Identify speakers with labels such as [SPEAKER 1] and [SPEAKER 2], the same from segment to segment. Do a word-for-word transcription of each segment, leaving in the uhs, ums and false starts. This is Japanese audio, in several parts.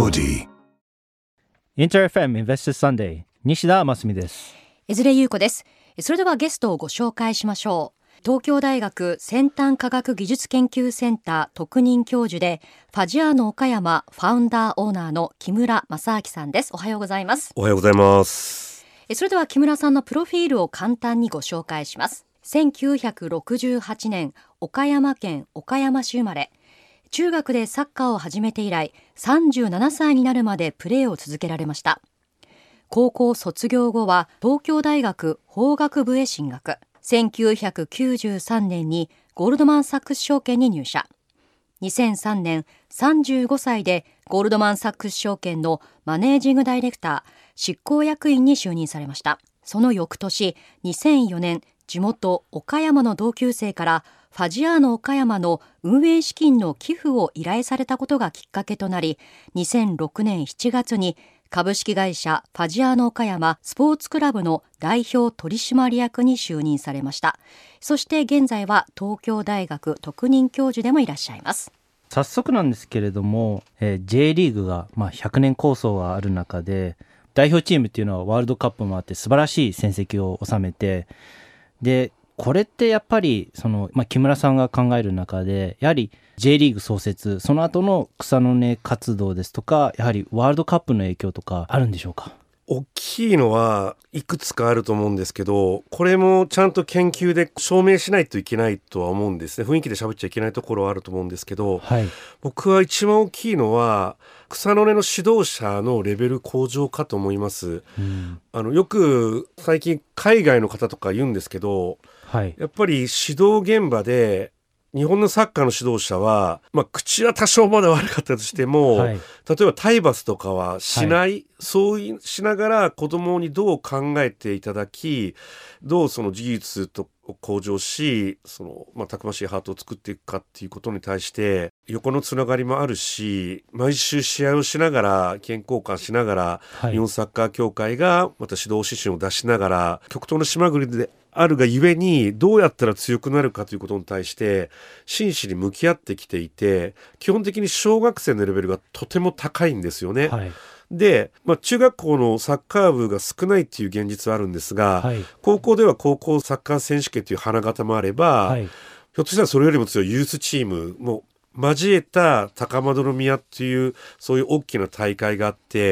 [SPEAKER 1] Melody。
[SPEAKER 2] インター エフエム Investor Sunday 西田真澄です。
[SPEAKER 3] 江連優子です。それではゲストをご紹介しましょう。東京大学先端科学技術研究センター特任教授でファジアーノ岡山ファウンダーオーナーの木村正明さんです。おはようございます。
[SPEAKER 4] おはようございます。
[SPEAKER 3] それでは木村さんのプロフィールを簡単にご紹介します。せんきゅうひゃくろくじゅうはちねん岡山県岡山市生まれ、中学でサッカーを始めて以来さんじゅうななさいになるまでプレーを続けられました。高校卒業後は東京大学法学部へ進学。せんきゅうひゃくきゅうじゅうさんねんにゴールドマンサックス証券に入社。にせんさんねんさんじゅうごさいでゴールドマンサックス証券のマネージングダイレクター執行役員に就任されました。その翌年にせんよねん、地元岡山の同級生からファジアーノ岡山の運営資金の寄付を依頼されたことがきっかけとなり、にせんろくねんしちがつに株式会社ファジアーノ岡山スポーツクラブの代表取締役に就任されました。そして現在は東京大学特任教授でもいらっしゃいます。
[SPEAKER 2] 早速なんですけれども、えー、J リーグが、まあ、ひゃくねん構想がある中で代表チームっていうのはワールドカップもあって素晴らしい戦績を収めて、でこれってやっぱりその、まあ、木村さんが考える中でやはり J リーグ創設、その後の草の根活動ですとか、やはりワールドカップの影響とかあるんでしょうか。
[SPEAKER 4] 大きいのはいくつかあると思うんですけど、これもちゃんと研究で証明しないといけないとは思うんですね。雰囲気で喋っちゃいけないところはあると思うんですけど、
[SPEAKER 2] はい、
[SPEAKER 4] 僕は一番大きいのは草の根の指導者のレベル向上かと思います。うん、あのよく最近海外の方とか言うんですけど、はい、やっぱり指導現場で日本のサッカーの指導者は、まあ、口は多少まだ悪かったとしても、はい、例えば体罰とかはしない、はい、そうしながら子供にどう考えていただき、どうその技術と向上し、その、まあ、たくましいハートを作っていくかっていうことに対して横のつながりもあるし、毎週試合をしながら意見交換しながら、はい、日本サッカー協会がまた指導指針を出しながら極東の島国であるがゆえにどうやったら強くなるかということに対して真摯に向き合ってきていて、基本的に小学生のレベルがとても高いんですよね。はい、で、まあ、中学校のサッカー部が少ないっていう現実はあるんですが、はい、高校では高校サッカー選手権という花形もあれば、はい、ひょっとしたらそれよりも強いユースチームも交えた高円宮っていうそういう大きな大会があって、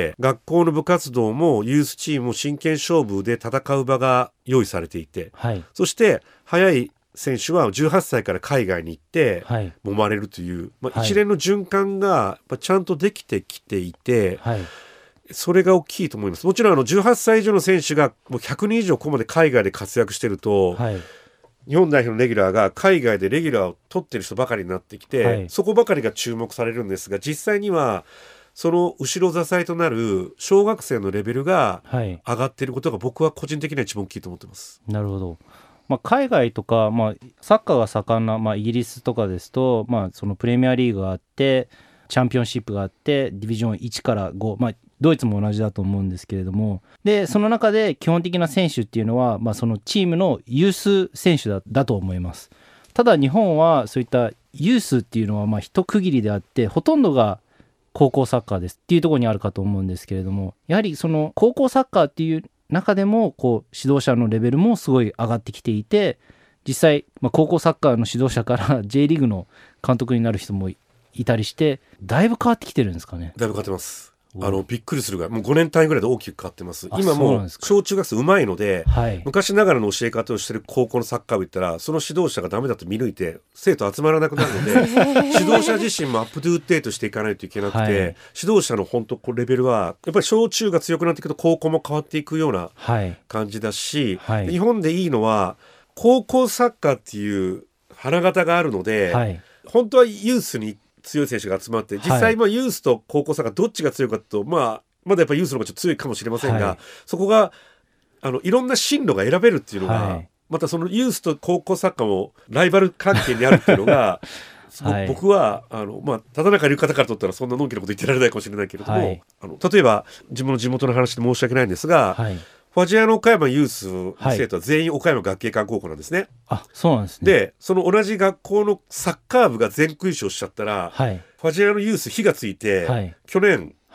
[SPEAKER 4] 学校の部活動もユースチームも真剣勝負で戦う場が用意されていて、はい、そして早い選手はじゅうはっさいから海外に行って揉まれるという、はい、まあ、一連の循環がちゃんとできてきていて、はい、それが大きいと思います。もちろんあのじゅうはっさい以上の選手がもうひゃくにん以上ここまで海外で活躍してると、はい、日本代表のレギュラーが海外でレギュラーを取ってる人ばかりになってきて、はい、そこばかりが注目されるんですが、実際にはその後ろ支えとなる小学生のレベルが上がっていることが僕は個人的には一番大きいと思ってます。
[SPEAKER 2] なるほど。まあ、海外とか、まあ、サッカーが盛んな、まあ、イギリスとかですと、まあ、そのプレミアリーグがあってチャンピオンシップがあってディビジョンいちからご、まあ、ドイツも同じだと思うんですけれども、でその中で基本的な選手っていうのは、まあ、そのチームのユース選手 だ, だと思います。ただ日本はそういったユースっていうのはまあ一区切りであって、ほとんどが高校サッカーですっていうところにあるかと思うんですけれども、やはりその高校サッカーっていう中でもこう指導者のレベルもすごい上がってきていて、実際、まあ、高校サッカーの指導者から J リーグの監督になる人もいたりして、だいぶ変わってきてるんですかね。
[SPEAKER 4] だいぶ変わってます。あのびっくりするぐらい、もうごねん単位ぐらいで大きく変わってます。今もう小中学生うまいので、はい、昔ながらの教え方をしてる高校のサッカー部行ったらその指導者がダメだと見抜いて生徒集まらなくなるので指導者自身もアップトゥーデートしていかないといけなくて、はい、指導者の本当レベルはやっぱり小中が強くなっていくと高校も変わっていくような感じだし、はい、日本でいいのは高校サッカーっていう花形があるので、はい、本当はユースに強い選手が集まって、実際まあユースと高校サッカーどっちが強いかと、まあまだやっぱりユースの方がちょっと強いかもしれませんが、はい、そこがあのいろんな進路が選べるっていうのが、はい、またそのユースと高校サッカーもライバル関係にあるっていうのがはい、僕はあの、まあ、ただ中いる方からとったらそんなのんきなこと言ってられないかもしれないけれども、はい、あの例えば自分の地元の話で申し訳ないんですが、はい、ファジアーノ岡山ユースの生徒は全員岡山学芸館高校なんですね。
[SPEAKER 2] あ、そうなんですね。
[SPEAKER 4] でその同じ学校のサッカー部が全区優勝しちゃったら、はい、ファジアーノユース火がついて、はい、去年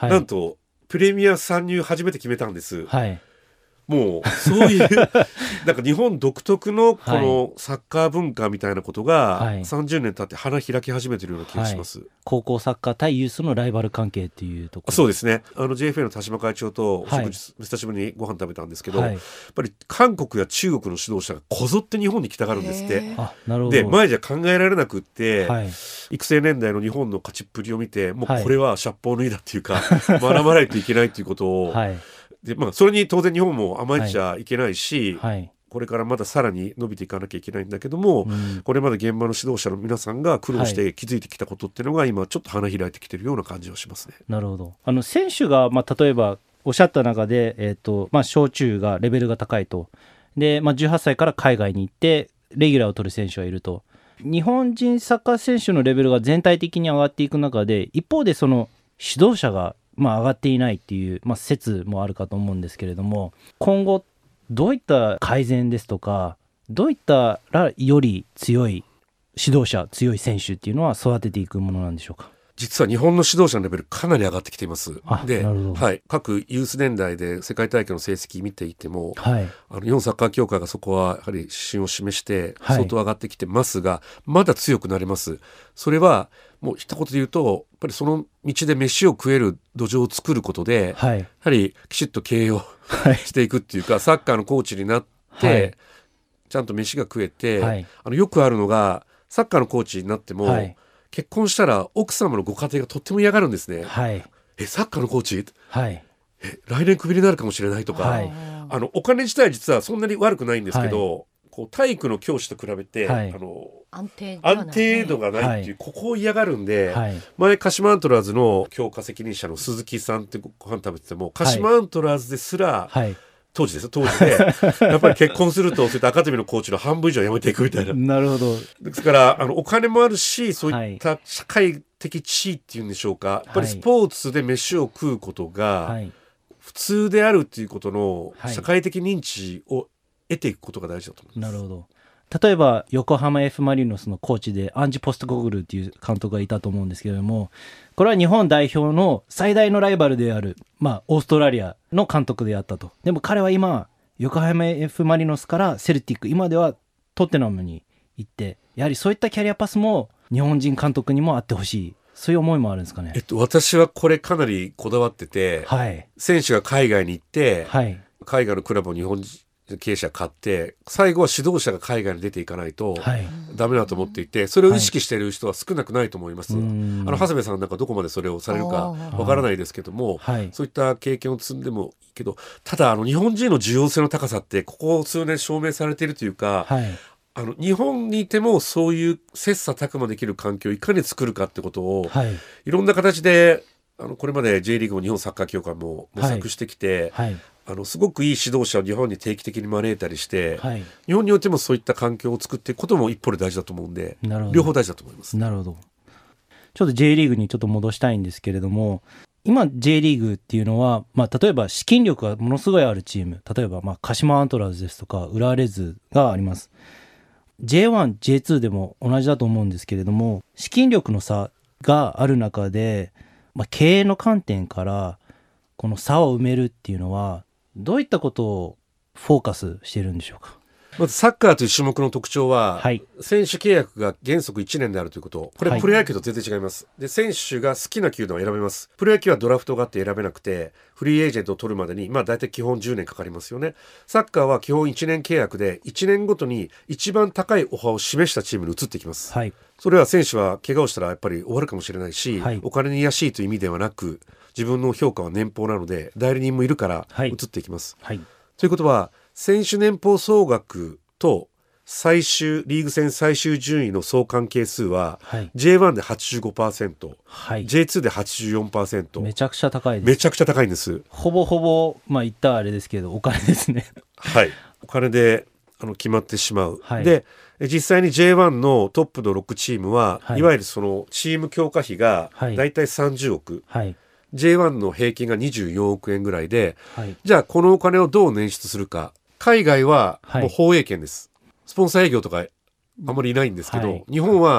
[SPEAKER 2] はい、
[SPEAKER 4] なんとプレミア参入初めて決めたんです、
[SPEAKER 2] はい、
[SPEAKER 4] もうそういうなんか日本独特のこのサッカー文化みたいなことがさんじゅうねん経って花開き始めてるような気がします、
[SPEAKER 2] はい、高校サッカー対ユースのライバル関係っていうところ。
[SPEAKER 4] そうですね。あの ジェイエフエー の田島会長とお食事、はい、久しぶりにご飯食べたんですけど、はい、やっぱり韓国や中国の指導者がこぞって日本に来たがるんですって。
[SPEAKER 2] あ、なるほど。
[SPEAKER 4] で前じゃ考えられなくって、はい、育成年代の日本の勝ちっぷりを見て、もうこれはシャッポー脱いだっていうか、はい、学ばないといけないっていうことを、はい、でまあ、それに当然日本も甘えちゃいけないし、はいはい、これからまださらに伸びていかなきゃいけないんだけども、うん、これまで現場の指導者の皆さんが苦労して気づいてきたことっていうのが今ちょっと花開いてきてるような感じはしますね。
[SPEAKER 2] なるほど。あの選手が、まあ、例えばおっしゃった中で、えーとまあ、小中がレベルが高いとで、まあ、じゅうはっさいから海外に行ってレギュラーを取る選手がいると、日本人サッカー選手のレベルが全体的に上がっていく中で、一方でその指導者がまあ上がっていないっていう、まあ、説もあるかと思うんですけれども、今後どういった改善ですとか、どういったらより強い指導者、強い選手っていうのは育てていくものなんでしょうか。
[SPEAKER 4] 実は日本の指導者のレベルかなり上がってきています。で、はい、各ユース年代で世界大会の成績見ていても、はい、あの日本サッカー協会がそこはやはり指針を示して相当上がってきてますが、はい、まだ強くなれます。それはもう一言で言うと、やっぱりその道で飯を食える土壌を作ることで、はい、やはりきちっと経営をしていくっていうか、サッカーのコーチになって、はい、ちゃんと飯が食えて、はい、あのよくあるのがサッカーのコーチになっても、はい、結婚したら奥様のご家庭がとっても嫌がるんですね、はい、えサッカーのコーチ、はい、え来年クビになるかもしれないとか、はい、あのお金自体実はそんなに悪くないんですけど、はい、こう体育の教師と比べて、はい、あの
[SPEAKER 3] 安定
[SPEAKER 4] 安定度がないっていう、はい、ここを嫌がるんで、はい、前鹿島アントラーズの強化責任者の鈴木さんってご飯食べてても、鹿島アントラーズですら、はい、当時ですよ当時でやっぱり結婚するとそういったアカデミーのコーチの半分以上辞めていくみたいな。
[SPEAKER 2] なるほど。
[SPEAKER 4] ですからあのお金もあるし、そういった社会的地位っていうんでしょうか、はい、やっぱりスポーツで飯を食うことが普通であるっていうことの社会的認知を得ていくことが大事だと思います。
[SPEAKER 2] なるほど。例えば横浜 F マリノスのコーチでアンジ・ポストコグルっていう監督がいたと思うんですけれども、これは日本代表の最大のライバルである、まあ、オーストラリアの監督であったと。でも彼は今横浜 F マリノスからセルティック、今ではトッテナムに行って、やはりそういったキャリアパスも日本人監督にもあってほしい、そういう思いもあるんですかね。
[SPEAKER 4] えっと、私はこれかなりこだわってて、はい、選手が海外に行って、はい、海外のクラブを日本人経営者買って、最後は指導者が海外に出ていかないとダメだと思っていて、それを意識している人は少なくないと思います、はい、あの長谷部さんなんかどこまでそれをされるかわからないですけども、はい、そういった経験を積んでもいいけど、ただあの日本人の需要性の高さってここ数年証明されているというか、はい、あの日本にいてもそういう切磋琢磨できる環境をいかに作るかってことを、はい、いろんな形であのこれまで J リーグも日本サッカー協会も模索してきて、はいはい、あのすごくいい指導者を日本に定期的に招いたりして、はい、日本においてもそういった環境を作っていくことも一方で大事だと思うんで、両方大事だと思います。
[SPEAKER 2] なるほど。ちょっと J リーグにちょっと戻したいんですけれども、今 J リーグっていうのは、まあ、例えば資金力がものすごいあるチーム、例えばまあ鹿島アントラーズですとか浦和レッズがあります。 ジェイワン、ジェイツー でも同じだと思うんですけれども、資金力の差がある中で、まあ、経営の観点からこの差を埋めるっていうのはどういったことをフォーカスしているんでしょうか。
[SPEAKER 4] まずサッカーという種目の特徴は、はい、選手契約が原則いちねんであるということ。これプロ野球と全然違います、はい、で選手が好きな球団を選べます。プロ野球はドラフトがあって選べなくて、フリーエージェントを取るまでにまあ大体基本じゅうねんかかりますよね。サッカーは基本いちねん契約でいちねんごとに一番高いオファーを示したチームに移っていきます、はい、それは選手は怪我をしたらやっぱり終わるかもしれないし、はい、お金に癒しいという意味ではなく、自分の評価は年俸なので代理人もいるから移っていきます、はいはい、ということは選手年俸総額と最終リーグ戦最終順位の相関係数は、はい、ジェイワン で はちじゅうごパーセント、はい、ジェイツー で はちじゅうよんパーセント、
[SPEAKER 2] めちゃくちゃ高いです。
[SPEAKER 4] めちゃくちゃ高いんです。
[SPEAKER 2] ほぼほぼまあ言ったらあれですけどお金ですね
[SPEAKER 4] はい、お金であの決まってしまう、はい、で実際に ジェイワン のトップのろくチームは、はい、いわゆるそのチーム強化費がだいたいさんじゅうおく、はい、ジェイワン の平均がにじゅうよんおくえんぐらいで、はい、じゃあこのお金をどう捻出するか。海外はもう放映権です、はい、スポンサー営業とかあまりいないんですけど、はい、日本は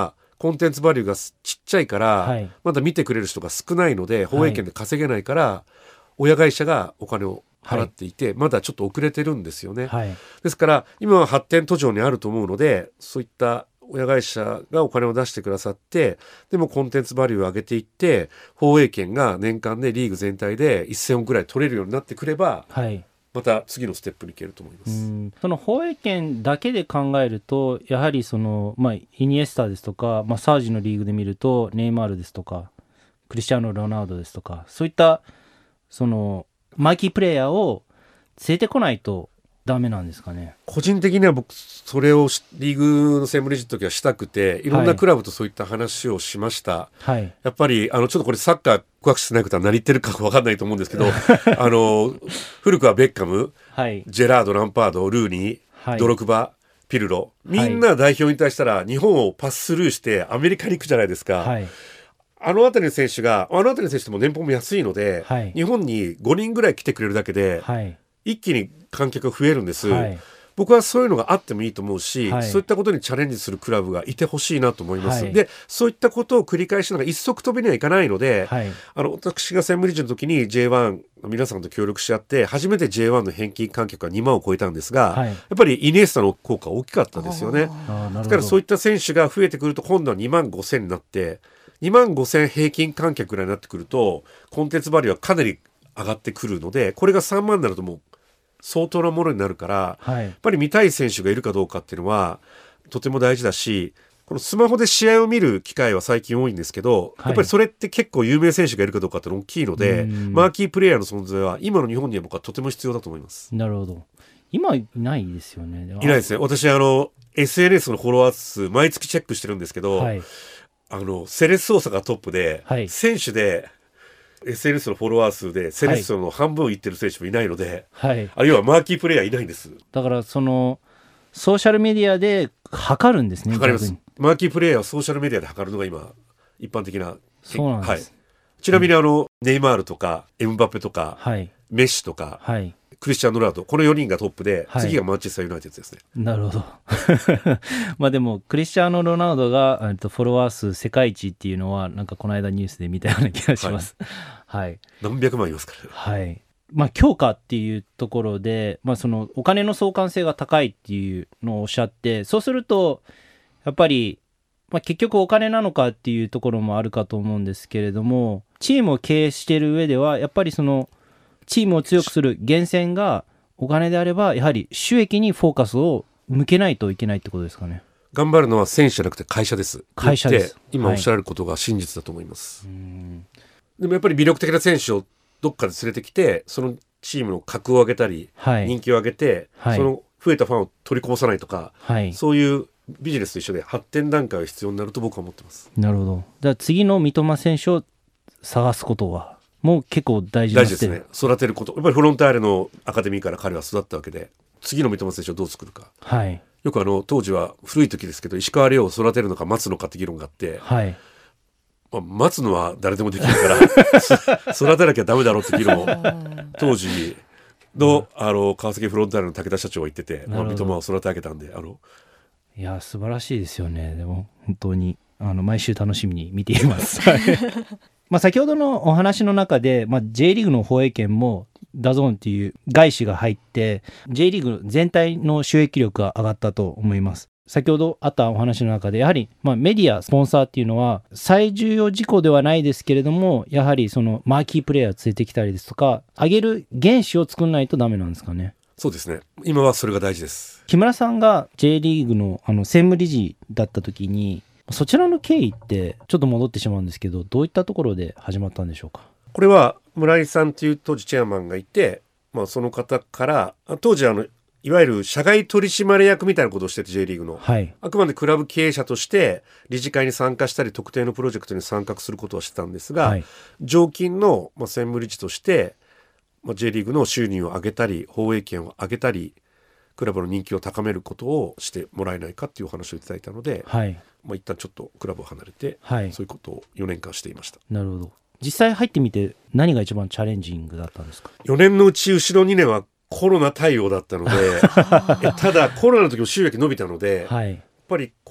[SPEAKER 4] コンテンツバリューがちっちゃいから、
[SPEAKER 2] はい、
[SPEAKER 4] まだ見てくれる人が少ないので放映権で稼げないから、はい、親会社がお金を払っていて、はい、まだちょっと遅れてるんですよね、はい、ですから今は発展途上にあると思うので、そういった親会社がお金を出してくださって、でもコンテンツバリューを上げていって放映権が年間でリーグ全体でせんおくぐらい取れるようになってくれば、はい、また次のステップに行けると思います。
[SPEAKER 2] うん、その放映権だけで考えるとやはりその、まあ、イニエスタですとか、まあ、サージのリーグで見るとネイマールですとかクリスチャーノ・ロナウドですとか、そういったそのマーキープレイヤーを連れてこないとダメなんですかね。
[SPEAKER 4] 個人的には僕それをリーグの専務理事の時はしたくて、いろんなクラブとそういった話をしました、はい、やっぱりあのちょっとこれサッカー詳しくないことは何言ってるか分かんないと思うんですけどあの古くはベッカム、はい、ジェラード、ランパード、ルーニー、はい、ドロクバ、ピルロ、みんな代表に対したら日本をパススルーしてアメリカに行くじゃないですか、はい、あのあたりの選手があのあたりの選手でも年俸も安いので、はい、日本にごにんぐらい来てくれるだけで、はい、一気に観客が増えるんです、はい、僕はそういうのがあってもいいと思うし、はい、そういったことにチャレンジするクラブがいてほしいなと思います、はい、でそういったことを繰り返しながら一足飛びにはいかないので、はい、あの私が専務理事の時に ジェイワン 皆さんと協力し合って初めて ジェイワン の返金観客がにまんを超えたんですが、はい、やっぱりイニエスタの効果は大きかったですよね。だからそういった選手が増えてくると今度はにまんごせんになってにまんごせん平均観客ぐらいになってくるとコンテンツバリューはかなり上がってくるので、これがさんまんになるともう相当なものになるから、はい、やっぱり見たい選手がいるかどうかっていうのはとても大事だし、このスマホで試合を見る機会は最近多いんですけど、はい、やっぱりそれって結構有名選手がいるかどうかっての大きいので、マーキープレイヤーの存在は今の日本には僕はとても必要だと思います。
[SPEAKER 2] なるほど。今いないですよね。
[SPEAKER 4] いないですね。私あの エスエヌエス のフォロワー数毎月チェックしてるんですけど、はい、あのセレッソ大阪がトップで、はい、選手でエスエヌエス のフォロワー数でセレッソの半分いってる選手もいないので、はい、あるいはマーキープレイヤーいないんです。
[SPEAKER 2] だからそのソーシャルメディアで測るんですね。
[SPEAKER 4] 測ります。マーキープレイヤーをソーシャルメディアで測るのが今一般的な。
[SPEAKER 2] そうなんです、はい、
[SPEAKER 4] ちなみにあの、うん、ネイマールとかエムバペとか、はい、メッシとか、はい、クリスチャーノ・ロナウド、このよにんがトップで、はい、次がマンチェスターユナイテッドですね。
[SPEAKER 2] なるほどまあでもクリスチャーノ・ロナウドがフォロワー数世界一っていうのはなんかこの間ニュースで見たような気がします、はいはい、
[SPEAKER 4] 何百万いますから、ね、
[SPEAKER 2] はいまあ、強化っていうところで、まあ、そのお金の相関性が高いっていうのをおっしゃって、そうするとやっぱり、まあ、結局お金なのかっていうところもあるかと思うんですけれども、チームを経営している上ではやっぱりそのチームを強くする源泉がお金であればやはり収益にフォーカスを向けないといけないってことですかね。
[SPEAKER 4] 頑張るのは選手じゃなくて会社です。
[SPEAKER 2] 会社です。
[SPEAKER 4] 今おっしゃられることが真実だと思います、はい、うんでもやっぱり魅力的な選手をどっかで連れてきてそのチームの格を上げたり、はい、人気を上げて、はい、その増えたファンを取りこぼさないとか、はい、そういうビジネスと一緒で発展段階が必要になると僕は思ってます。
[SPEAKER 2] なるほど。じゃあ次の三笘選手を探すことはもう結構大事
[SPEAKER 4] 大事ですね。育てること、やっぱりフロンターレのアカデミーから彼は育ったわけで、次の三笘選手をどう作るか、はい、よくあの当時は古い時ですけど石川遼を育てるのか待つのかって議論があって、はいまあ、待つのは誰でもできるから育てなきゃダメだろうって議論を当時の、あの川崎フロンターレの武田社長は言ってて、まあ、三笘を育て上げたんで、あの
[SPEAKER 2] いや素晴らしいですよね。でも本当にあの毎週楽しみに見ていますまあ先ほどのお話の中で、まあ、J リーグの放映権もダゾーンっていう外資が入って J リーグ全体の収益力が上がったと思います。先ほどあったお話の中でやはり、まあ、メディアスポンサーっていうのは最重要事項ではないですけれども、やはりそのマーキープレイヤーを連れてきたりですとか上げる原資を作らないとダメなんですかね。
[SPEAKER 4] そうですね。今はそれが大事です。
[SPEAKER 2] 木村さんが J リーグ の, あの専務理事だった時にそちらの経緯ってちょっと戻ってしまうんですけど、どういったところで始まったんでしょうか。
[SPEAKER 4] これは村井さんという当時チェアマンがいて、まあ、その方から当時あのいわゆる社外取締役みたいなことをしてて J リーグの、はい、あくまでクラブ経営者として理事会に参加したり特定のプロジェクトに参画することはしてたんですが、はい、常勤の、まあ、専務理事として、まあ、J リーグの収入を上げたり放映権を上げたりクラブの人気を高めることをしてもらえないかっていう話をいただいたので、はいまあ、一旦ちょっとクラブを離れて、はい、そういうことをよねんかんしていました。
[SPEAKER 2] なるほど。実際入ってみて何が一番チャレンジングだったんですか。
[SPEAKER 4] よねんのうち後ろにねんはコロナ対応だったのでただコロナの時も収益伸びたので、はい、やっぱり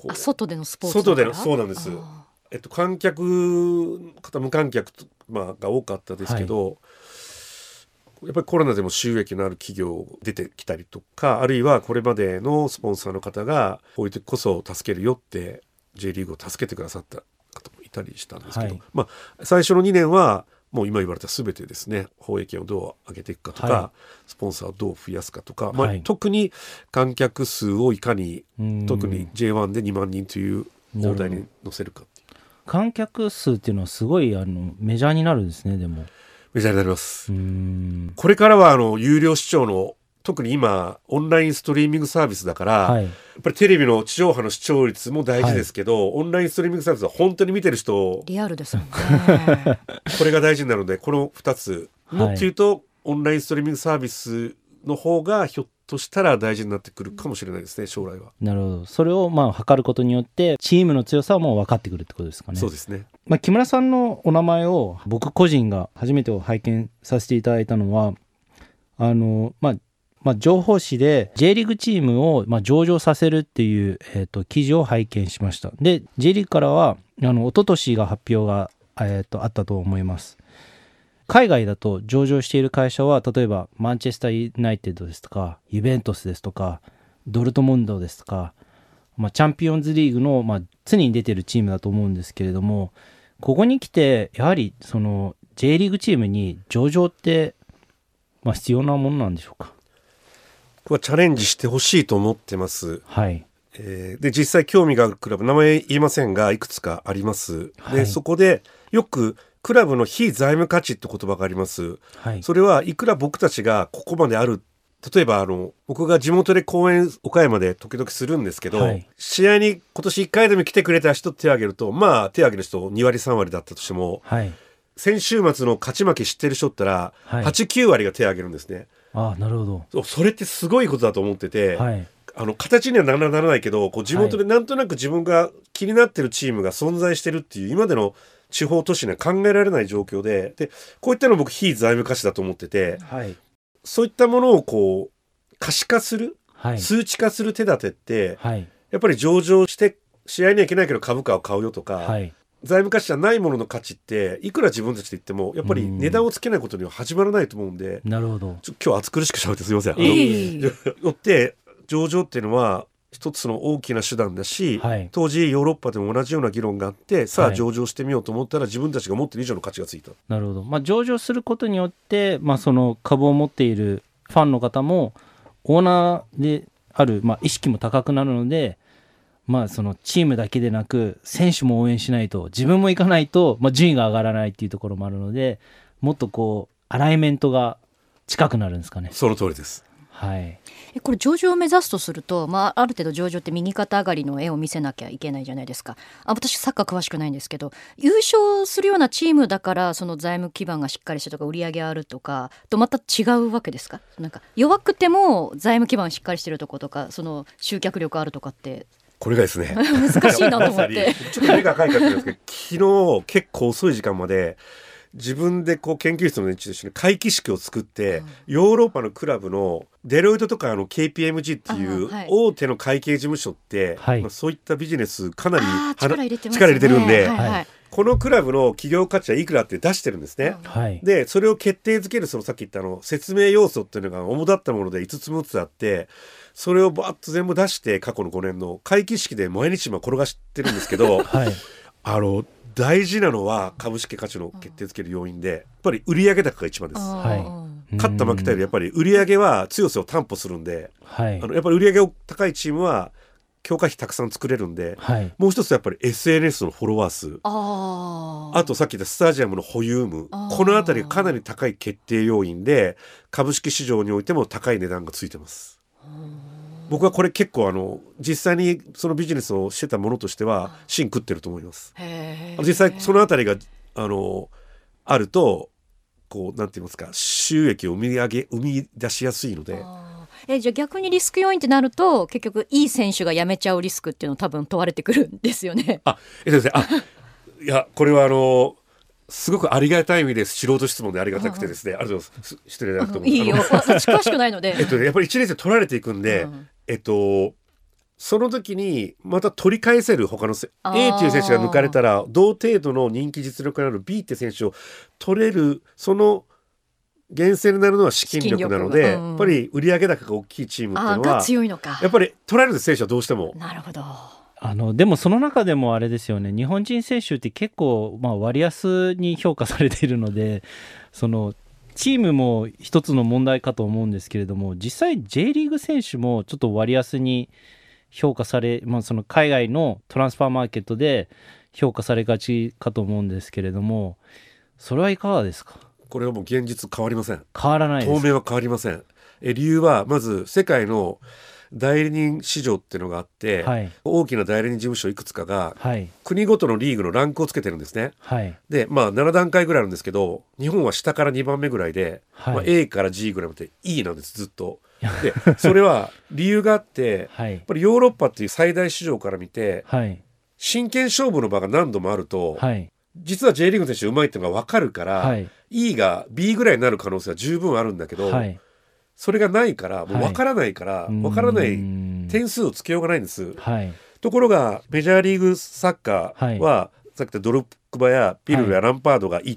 [SPEAKER 3] あ、外でのスポーツ
[SPEAKER 4] 外での、そうなんです。えっと、観客方無観客、まあ、が多かったですけど、はい、やっぱりコロナでも収益のある企業出てきたりとか、あるいはこれまでのスポンサーの方がこういう時こそ助けるよって J リーグを助けてくださった方もいたりしたんですけど、はい、まあ、最初のにねんはもう今言われた全てですね、放映権をどう上げていくかとか、はい、スポンサーをどう増やすかとか、まあ、はい、特に観客数をいかに、特に ジェイワン でにまんにんという大台に乗せるかっていう。
[SPEAKER 2] 観客数っていうのはすごいあのメジャーになるんですね。でも
[SPEAKER 4] メジャーになります。うーん、これからはあの有料視聴の、特に今オンラインストリーミングサービスだから、はい、やっぱりテレビの地上波の視聴率も大事ですけど、はい、オンラインストリーミングサービスは本当に見てる人
[SPEAKER 3] リアルですもんね
[SPEAKER 4] これが大事になるので、このふたつ、もっと言うと、はい、オンラインストリーミングサービスの方がひょっとしたら大事になってくるかもしれないですね、将来は。
[SPEAKER 2] なるほど。それをまあ測ることによってチームの強さはもう分かってくるってことですかね。
[SPEAKER 4] そうですね。
[SPEAKER 2] まあ、木村さんのお名前を僕個人が初めて拝見させていただいたのは、あのまあまあ、情報誌で J リーグチームをまあ上場させるっていう、えー、と記事を拝見しました。で J リーグからはあの一昨年が発表が、えー、とあったと思います。海外だと上場している会社は例えばマンチェスターユナイテッドですとかユベントスですとかドルトムンドですとか、まあ、チャンピオンズリーグの、まあ、常に出てるチームだと思うんですけれども、ここに来てやはりその J リーグチームに上場って、まあ、必要なものなんでしょうか。
[SPEAKER 4] ここはチャレンジしてほしいと思ってます。
[SPEAKER 2] はい。
[SPEAKER 4] えー、で実際興味があるクラブ、名前言いませんがいくつかあります。で、はい、そこでよくクラブの非財務価値って言葉があります。はい、それはいくら僕たちがここまである、例えばあの僕が地元で公演岡山で時々するんですけど、はい、試合に今年いっかいでも来てくれた人手を挙げると、まあ手を挙げる人にわりさんわりだったとしても、はい、先週末の勝ち負け知ってる人ったら、はい、はちきゅうわりが手を挙げるんですね。
[SPEAKER 2] ああ、なるほど。
[SPEAKER 4] そ, それってすごいことだと思ってて、はい、あの形にはならないけど、こう地元でなんとなく自分が気になってるチームが存在してるっていう今までの地方都市には考えられない状況 で, でこういったの僕非財務価値だと思ってて、はい、そういったものをこう可視化する、はい、数値化する手立てって、はい、やっぱり上場して試合にはいけないけど株価を買うよとか、はい、財務価値じゃないものの価値っていくら自分たちで言ってもやっぱり値段をつけないことには始まらないと思うんで、
[SPEAKER 2] なるほど。
[SPEAKER 4] ちょ今日暑苦しくしゃべってすいません。あの、えー、よって上場っていうのは一つの大きな手段だし、はい、当時ヨーロッパでも同じような議論があって、さあ上場してみようと思ったら自分たちが持ってる以上の価値がついた。
[SPEAKER 2] なるほど。まあ、上場することによって、まあ、その株を持っているファンの方もオーナーである、まあ、意識も高くなるので、まあ、そのチームだけでなく選手も応援しないと、自分も行かないと、まあ、順位が上がらないっていうところもあるので、もっとこうアライメントが近くなるんですかね。
[SPEAKER 4] その通りです。
[SPEAKER 3] はい、えこれ上場を目指すとすると、まあ、ある程度上場って右肩上がりの絵を見せなきゃいけないじゃないですか。あ、私サッカー詳しくないんですけど、優勝するようなチームだからその財務基盤がしっかりしてとか売り上げあるとかとまた違うわけですか。なんか弱くても財務基盤しっかりしてるとことか、その集客力あるとかって、
[SPEAKER 4] これがですね
[SPEAKER 3] 難しいなと思って
[SPEAKER 4] ちょっと目が赤いかったんですけど昨日結構遅い時間まで自分でこう研究室の連中と一緒に会議式を作って、うん、ヨーロッパのクラブのデロイトとかあの ケーピーエムジー っていう大手の会計事務所って、はいまあ、そういったビジネスかなり
[SPEAKER 3] 力入れてますね。
[SPEAKER 4] 力入れてるんで、はいはい、このクラブの企業価値はいくらって出してるんですね、はい、でそれを決定づけるそのさっき言ったあの説明要素っていうのが主だったものでいつつむっつあって、それをバーッと全部出して過去のごねんの会議式で毎日今転がしてるんですけど、はい、あの大事なのは株式価値の決定づける要因でやっぱり売上高が一番です、はい、勝った負けたよりやっぱり売上は強さを担保するんで、はい、あのやっぱり売上が高いチームは強化費たくさん作れるんで、はい、もう一つやっぱり エスエヌエス のフォロワー数、 あ, あとさっき言ったスタジアムの保有無、このあたりがかなり高い決定要因で株式市場においても高い値段がついてます。僕はこれ結構あの実際にそのビジネスをしてたものとしては芯食ってると思います。へ実際そのあたりがあのあるとこうなんて言いますか、収益を生み上げ生み出しやすいので。
[SPEAKER 3] あえじゃあ逆にリスク要因ってなると結局いい選手が辞めちゃうリスクっていうの多分問われてくるんですよね。
[SPEAKER 4] あえっとですねあいやこれはあのすごくありがたい意味です。素人質問でありがたくてですね、ありがとうございます。失礼なくとも
[SPEAKER 3] いいよ、私詳しくないので
[SPEAKER 4] えっとね、やっぱりいちねん生取られていくんで、うん、えっとその時にまた取り返せる他の A っていう選手が抜かれたら同程度の人気実力のある B って選手を取れる、その源泉になるのは資金力なので、うん、やっぱり売上高が大きいチームっていうのは
[SPEAKER 3] 強いのか、
[SPEAKER 4] やっぱり取られる選手はどうしても。
[SPEAKER 3] なるほど。
[SPEAKER 2] あのでもその中でもあれですよね、日本人選手って結構、まあ、割安に評価されているので、そのチームも一つの問題かと思うんですけれども、実際 J リーグ選手もちょっと割安に評価され、まあ、その海外のトランスファーマーケットで評価されがちかと思うんですけれども、それはいかがですか？
[SPEAKER 4] これはもう現実変わりません。
[SPEAKER 2] 変わらないです。
[SPEAKER 4] 当面は変わりません。え理由はまず世界の代理人市場っていうのがあって、はい、大きな代理人事務所いくつかが、はい、国ごとのリーグのランクをつけてるんですね、はい、でまあなな段階ぐらいあるんですけど、日本は下からにばんめぐらいで、はい、まあ、A から G ぐらいまで E なんです、ずっと。でそれは理由があって、はい、やっぱりヨーロッパっていう最大市場から見て、はい、真剣勝負の場が何度もあると、はい、実は J リーグの選手うまいっていうのが分かるから、はい、E が B ぐらいになる可能性は十分あるんだけど、はい、それがないからもう分からないから、はい、分からない点数をつけようがないんです、はい、ところがメジャーリーグサッカーは、はい、さっき言ったドロップバやピルルやランパードが行って、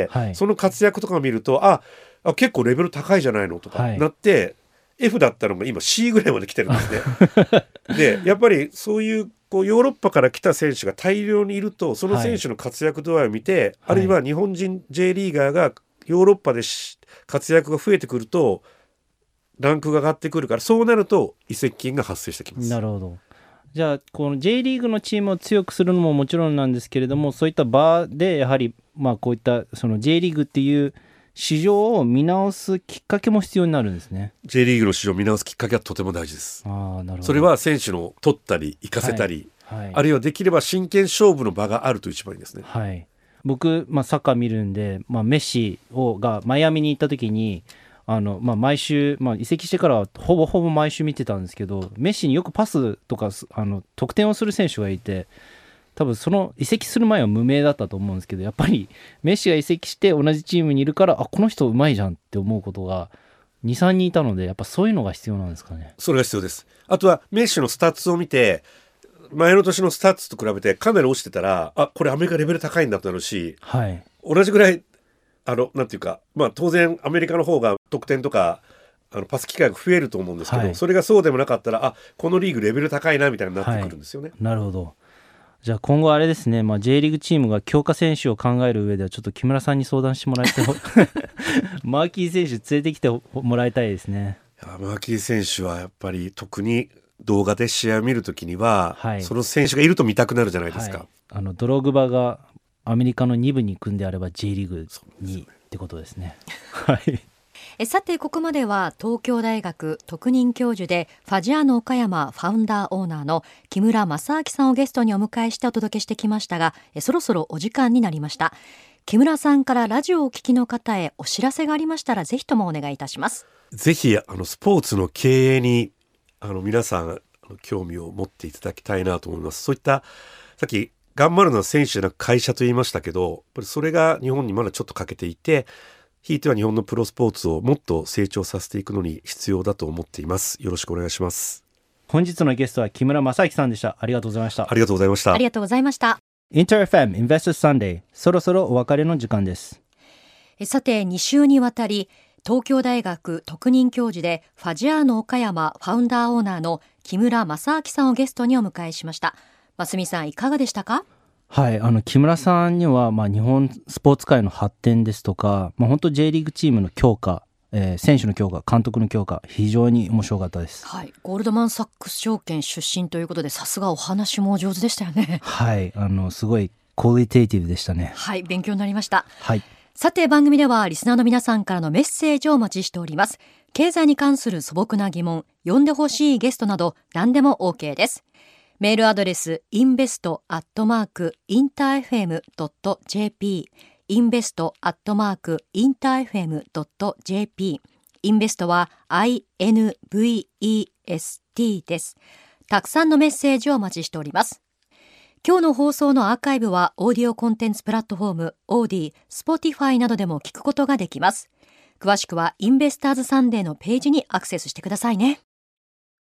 [SPEAKER 4] はい、その活躍とかを見ると、ああ結構レベル高いじゃないのとかなって、はい、F だったのが今 C ぐらいまで来てるんですねでやっぱりそういうこうヨーロッパから来た選手が大量にいると、その選手の活躍度合いを見て、はい、あるいは日本人 J リーガーがヨーロッパで活躍が増えてくるとランクが上がってくるから、そうなると移籍金が発生してきます。
[SPEAKER 2] なるほど。じゃあこの J リーグのチームを強くするのももちろんなんですけれども、そういった場でやはりまあこういったその J リーグっていう市場を見直すきっかけも必要になるんですね。
[SPEAKER 4] J リーグの市場を見直すきっかけはとても大事です。あ、なるほど。それは選手の取ったり行かせたり、はいはい、あるいはできれば真剣勝負の場があると一番いいですね。
[SPEAKER 2] はい、僕、まあ、サッカー見るんで、まあ、メッシをがマイアミに行った時にあの、まあ、毎週、まあ、移籍してからはほぼほぼ毎週見てたんですけど、メッシによくパスとかあの得点をする選手がいて、多分その移籍する前は無名だったと思うんですけど、やっぱりメッシが移籍して同じチームにいるから、あこの人うまいじゃんって思うことが に,さん 人いたので、やっぱそういうのが必要なんですかね。
[SPEAKER 4] それが必要です。あとはメッシのスタッツを見て、前の年のスタッツと比べてかなり落ちてたら、あこれアメリカレベル高いんだとなるし、はい、同じぐらいあのなんていうか、まあ、当然アメリカの方が得点とかあのパス機会が増えると思うんですけど、はい、それがそうでもなかったら、あこのリーグレベル高いなみたいになってくるんですよね。はい、
[SPEAKER 2] なるほど。じゃあ今後あれですね、まあ、J リーグチームが強化選手を考える上ではちょっと木村さんに相談してもらえてマーキー選手連れてきてもらいたいですね。
[SPEAKER 4] いやマーキー選手はやっぱり特に動画で試合を見るときには、はい、その選手がいると見たくなるじゃないですか。はい、
[SPEAKER 2] あのドログバがアメリカのに部に行くんであれば J リーグに、ね、ってことですね。はい
[SPEAKER 3] えさてここまでは東京大学特任教授でファジアーノ岡山ファウンダーオーナーの木村正明さんをゲストにお迎えしてお届けしてきましたが、えそろそろお時間になりました。木村さんからラジオをお聞きの方へお知らせがありましたらぜひともお願いいたします。
[SPEAKER 4] ぜひあのスポーツの経営にあの皆さん興味を持っていただきたいなと思います。そういったさっき頑張るのは選手じゃなく会社と言いましたけど、やっぱりそれが日本にまだちょっと欠けていて、ひいては日本のプロスポーツをもっと成長させていくのに必要だと思っています。よろしくお願いします。
[SPEAKER 2] 本日のゲストは木村正明さんでした。ありがとうございました。
[SPEAKER 4] ありがとうございました。
[SPEAKER 3] ありがとうございました。
[SPEAKER 2] インター エフエム Investors Sunday、 そろそろお別れの時間です。
[SPEAKER 3] さてに週にわたり東京大学特任教授でファジアーノ岡山ファウンダーオーナーの木村正明さんをゲストにお迎えしました。増見さんいかがでしたか？
[SPEAKER 2] はい、あの木村さんには、まあ、日本スポーツ界の発展ですとか、まあ、本当 J リーグチームの強化、えー、選手の強化、監督の強化、非常に面白かったです。
[SPEAKER 3] はい、ゴールドマンサックス証券出身ということで、さすがお話も上手でしたよね。
[SPEAKER 2] はい、あのすごいクオリティティブでしたね。
[SPEAKER 3] はい、勉強になりました。
[SPEAKER 2] はい、
[SPEAKER 3] さて番組ではリスナーの皆さんからのメッセージをお待ちしております。経済に関する素朴な疑問、呼んでほしいゲストなど何でも OK です。メールアドレス インベスト アットマーク インターエフエム ドット ジェーピー インベスト アットマーク インターエフエム ドット ジェーピー インベストは アイエヌブイイーエスティー です。たくさんのメッセージをお待ちしております。今日の放送のアーカイブはオーディオコンテンツプラットフォームオーディ、Spotify などでも聞くことができます。詳しくはインベスターズサンデーのページにアクセスしてくださいね。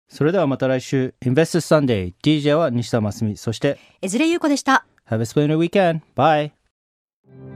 [SPEAKER 2] それではまた来週 Investors Sunday ディージェー は西田真澄、そして
[SPEAKER 3] 江連優子でした。
[SPEAKER 2] Have a splendid weekend. Bye.